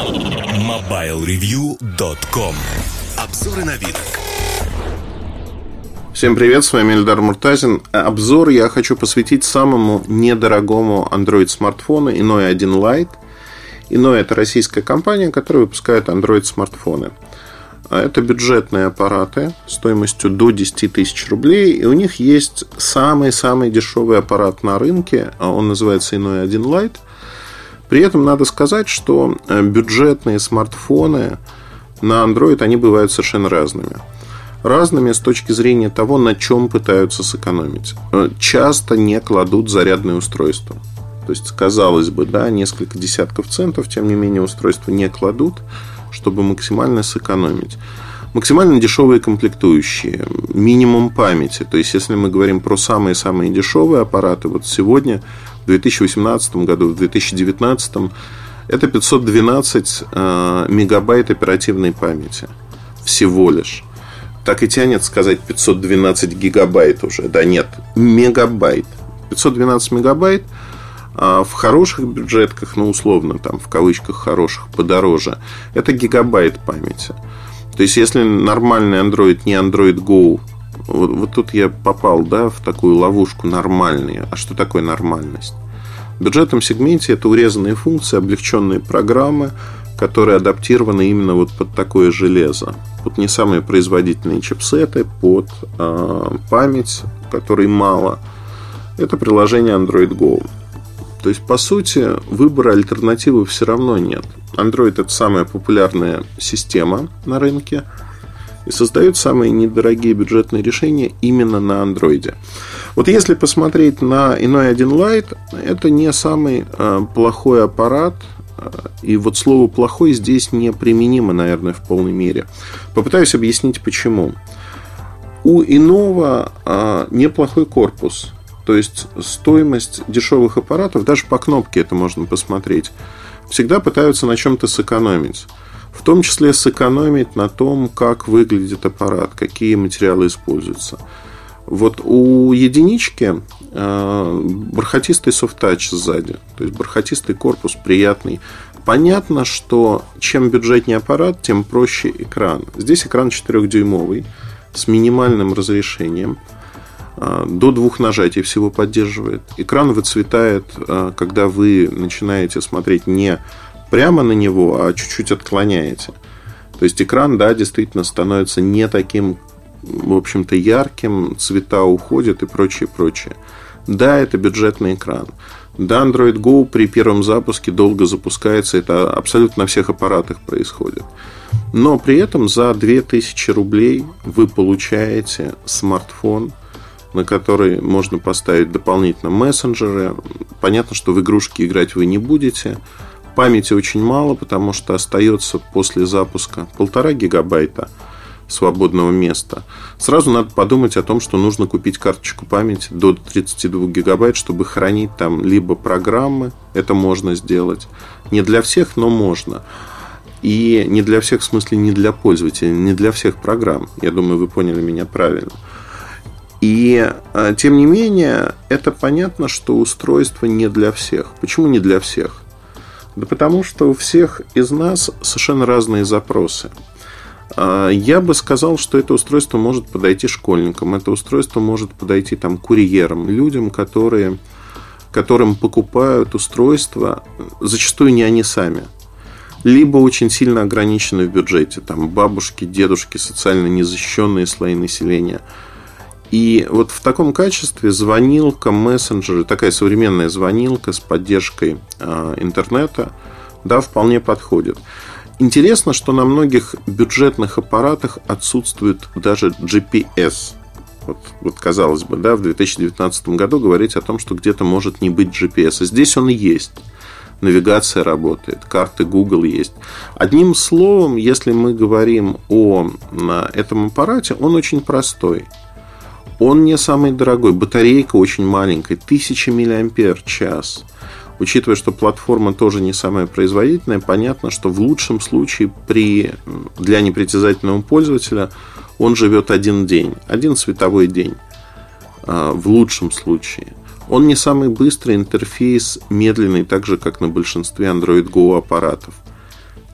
MobileReview.com. Обзоры новинок. Всем привет, с вами Эльдар Муртазин. Обзор я хочу посвятить самому недорогому Android-смартфону Inoi 1 Lite. Inoi – это российская компания, которая выпускает Android-смартфоны. Это бюджетные аппараты стоимостью до 10 тысяч рублей. И у них есть самый-самый дешевый аппарат на рынке. Он называется Inoi 1 Lite. При этом надо сказать, что бюджетные смартфоны на Android, они бывают совершенно разными. Разными с точки зрения того, на чем пытаются сэкономить. Часто не кладут зарядное устройство. То есть, казалось бы, да, несколько десятков центов, тем не менее, устройство не кладут, чтобы максимально сэкономить. Максимально дешевые комплектующие, минимум памяти. То есть, если мы говорим про самые-самые дешевые аппараты, вот сегодня, в 2018 году, в 2019, это 512 мегабайт оперативной памяти. Всего лишь. Так и тянет сказать 512 гигабайт уже. Да нет, мегабайт. 512 мегабайт. А в хороших бюджетках, ну условно, там в кавычках хороших, подороже, это гигабайт памяти. То есть, если нормальный Android, не Android Go, вот тут я попал, да, в такую ловушку нормальные. А что такое нормальность? В бюджетном сегменте это урезанные функции, облегченные программы, которые адаптированы именно вот под такое железо. Вот не самые производительные чипсеты под память, которой мало. Это приложение Android Go. То есть, по сути, выбора альтернативы все равно нет. Android – это самая популярная система на рынке и создает самые недорогие бюджетные решения именно на Android. Вот если посмотреть на Inoi 1 Lite, это не самый плохой аппарат. И вот слово «плохой» здесь не применимо, наверное, в полной мере. Попытаюсь объяснить, почему. У Innova неплохой корпус. То есть, стоимость дешевых аппаратов, даже по кнопке это можно посмотреть, всегда пытаются на чем-то сэкономить. В том числе сэкономить на том, как выглядит аппарат, какие материалы используются. Вот у единички бархатистый софт-тач сзади. То есть, бархатистый корпус, приятный. Понятно, что чем бюджетнее аппарат, тем проще экран. Здесь экран 4-дюймовый с минимальным разрешением. До 2 нажатий всего поддерживает. Экран выцветает, когда вы начинаете смотреть не прямо на него, а чуть-чуть отклоняете. То есть, экран, да, действительно становится не таким, в общем-то, ярким, цвета уходят и прочее, прочее. Да, это бюджетный экран. Да, Android Go при первом запуске долго запускается. Это абсолютно на всех аппаратах происходит. Но при этом за 2000 рублей вы получаете смартфон, на который можно поставить дополнительно мессенджеры. Понятно, что в игрушки играть вы не будете. Памяти очень мало, потому что остается после запуска 1,5 гигабайта свободного места. Сразу надо подумать о том, что нужно купить карточку памяти до 32 гигабайт, чтобы хранить там либо программы. Это можно сделать. Не для всех, но можно. И не для всех, в смысле, не для пользователей, не для всех программ. Я думаю, вы поняли меня правильно. И, тем не менее, это понятно, что устройство не для всех. Почему не для всех? Да потому что у всех из нас совершенно разные запросы. Я бы сказал, что это устройство может подойти школьникам. Это устройство может подойти там, курьерам, людям, которым покупают устройства, зачастую не они сами, либо очень сильно ограничены в бюджете. Там бабушки, дедушки, социально незащищенные слои населения. И вот в таком качестве звонилка, мессенджеры, такая современная звонилка с поддержкой интернета, да, вполне подходит. Интересно, что на многих бюджетных аппаратах отсутствует даже GPS. Вот казалось бы, да, в 2019 году говорить о том, что где-то может не быть GPS. А здесь он есть. Навигация работает, карты Google есть. Одним словом, если мы говорим о этом аппарате, он очень простой. Он не самый дорогой. Батарейка очень маленькая, 1000 мАч. Учитывая, что платформа тоже не самая производительная, понятно, что в лучшем случае для непритязательного пользователя он живет один день, один световой день. В лучшем случае. Он не самый быстрый, интерфейс медленный, так же, как на большинстве Android Go аппаратов.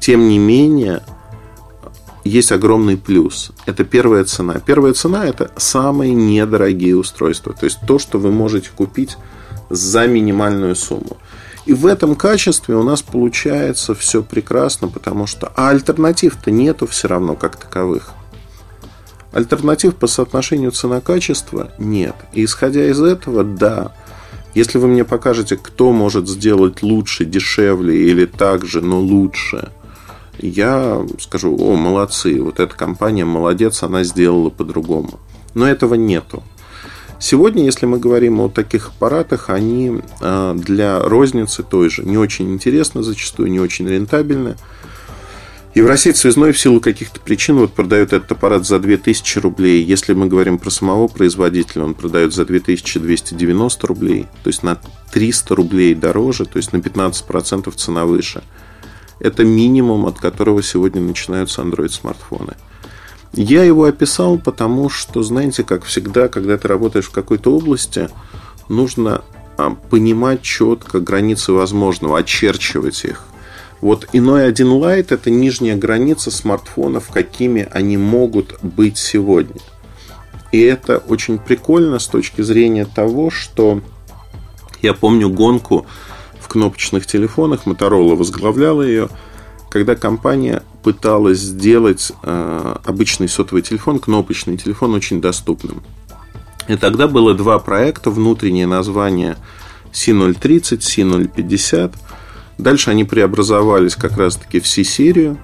Тем не менее, есть огромный плюс. Это первая цена. Первая цена – это самые недорогие устройства. То есть то, что вы можете купить за минимальную сумму. И в этом качестве у нас получается все прекрасно, потому что альтернатив-то нету все равно как таковых. Альтернатив по соотношению цена-качество нет. И исходя из этого, да, если вы мне покажете, кто может сделать лучше, дешевле или так же, но лучше, я скажу: о, молодцы, вот эта компания молодец, она сделала по-другому. Но этого нету. Сегодня, если мы говорим о таких аппаратах, они для розницы той же не очень интересны зачастую, не очень рентабельны. И в России связной в силу каких-то причин вот продает этот аппарат за 2000 рублей. Если мы говорим про самого производителя, он продает за 2290 рублей. То есть на 300 рублей дороже, то есть на 15% цена выше. Это минимум, от которого сегодня начинаются Android-смартфоны. Я его описал, потому что, знаете, как всегда, когда ты работаешь в какой-то области, нужно понимать четко границы возможного, очерчивать их. Вот Inoi 1 Lite – это нижняя граница смартфонов, какими они могут быть сегодня. И это очень прикольно с точки зрения того, что я помню гонку в кнопочных телефонах, Motorola возглавляла ее, когда компания пыталась сделать обычный сотовый телефон, кнопочный телефон, очень доступным. И тогда было два проекта, внутреннее название C030, C050. Дальше они преобразовались как раз-таки в C-серию.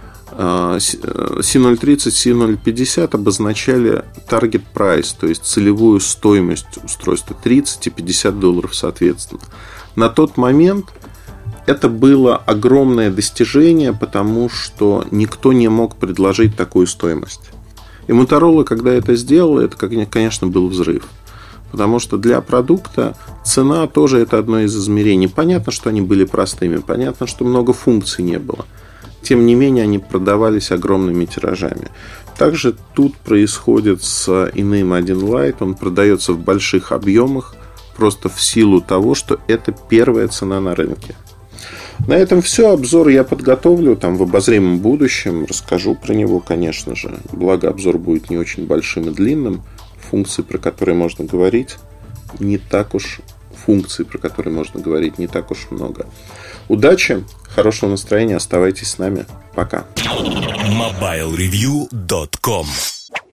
C030, C050 обозначали target price, то есть целевую стоимость устройства, 30 и 50 долларов соответственно. На тот момент это было огромное достижение, потому что никто не мог предложить такую стоимость. И Motorola, когда это сделала, это, конечно, был взрыв. Потому что для продукта цена тоже это одно из измерений. Понятно, что они были простыми, понятно, что много функций не было. Тем не менее, они продавались огромными тиражами. Также тут происходит с Inoi 1 Lite. Он продается в больших объемах, просто в силу того, что это первая цена на рынке. На этом все. Обзор я подготовлю в обозримом будущем. Расскажу про него, конечно же. Благо, обзор будет не очень большим и длинным. Функций, про которые можно говорить, не так уж много. Удачи, хорошего настроения, оставайтесь с нами. Пока. MobileReview.com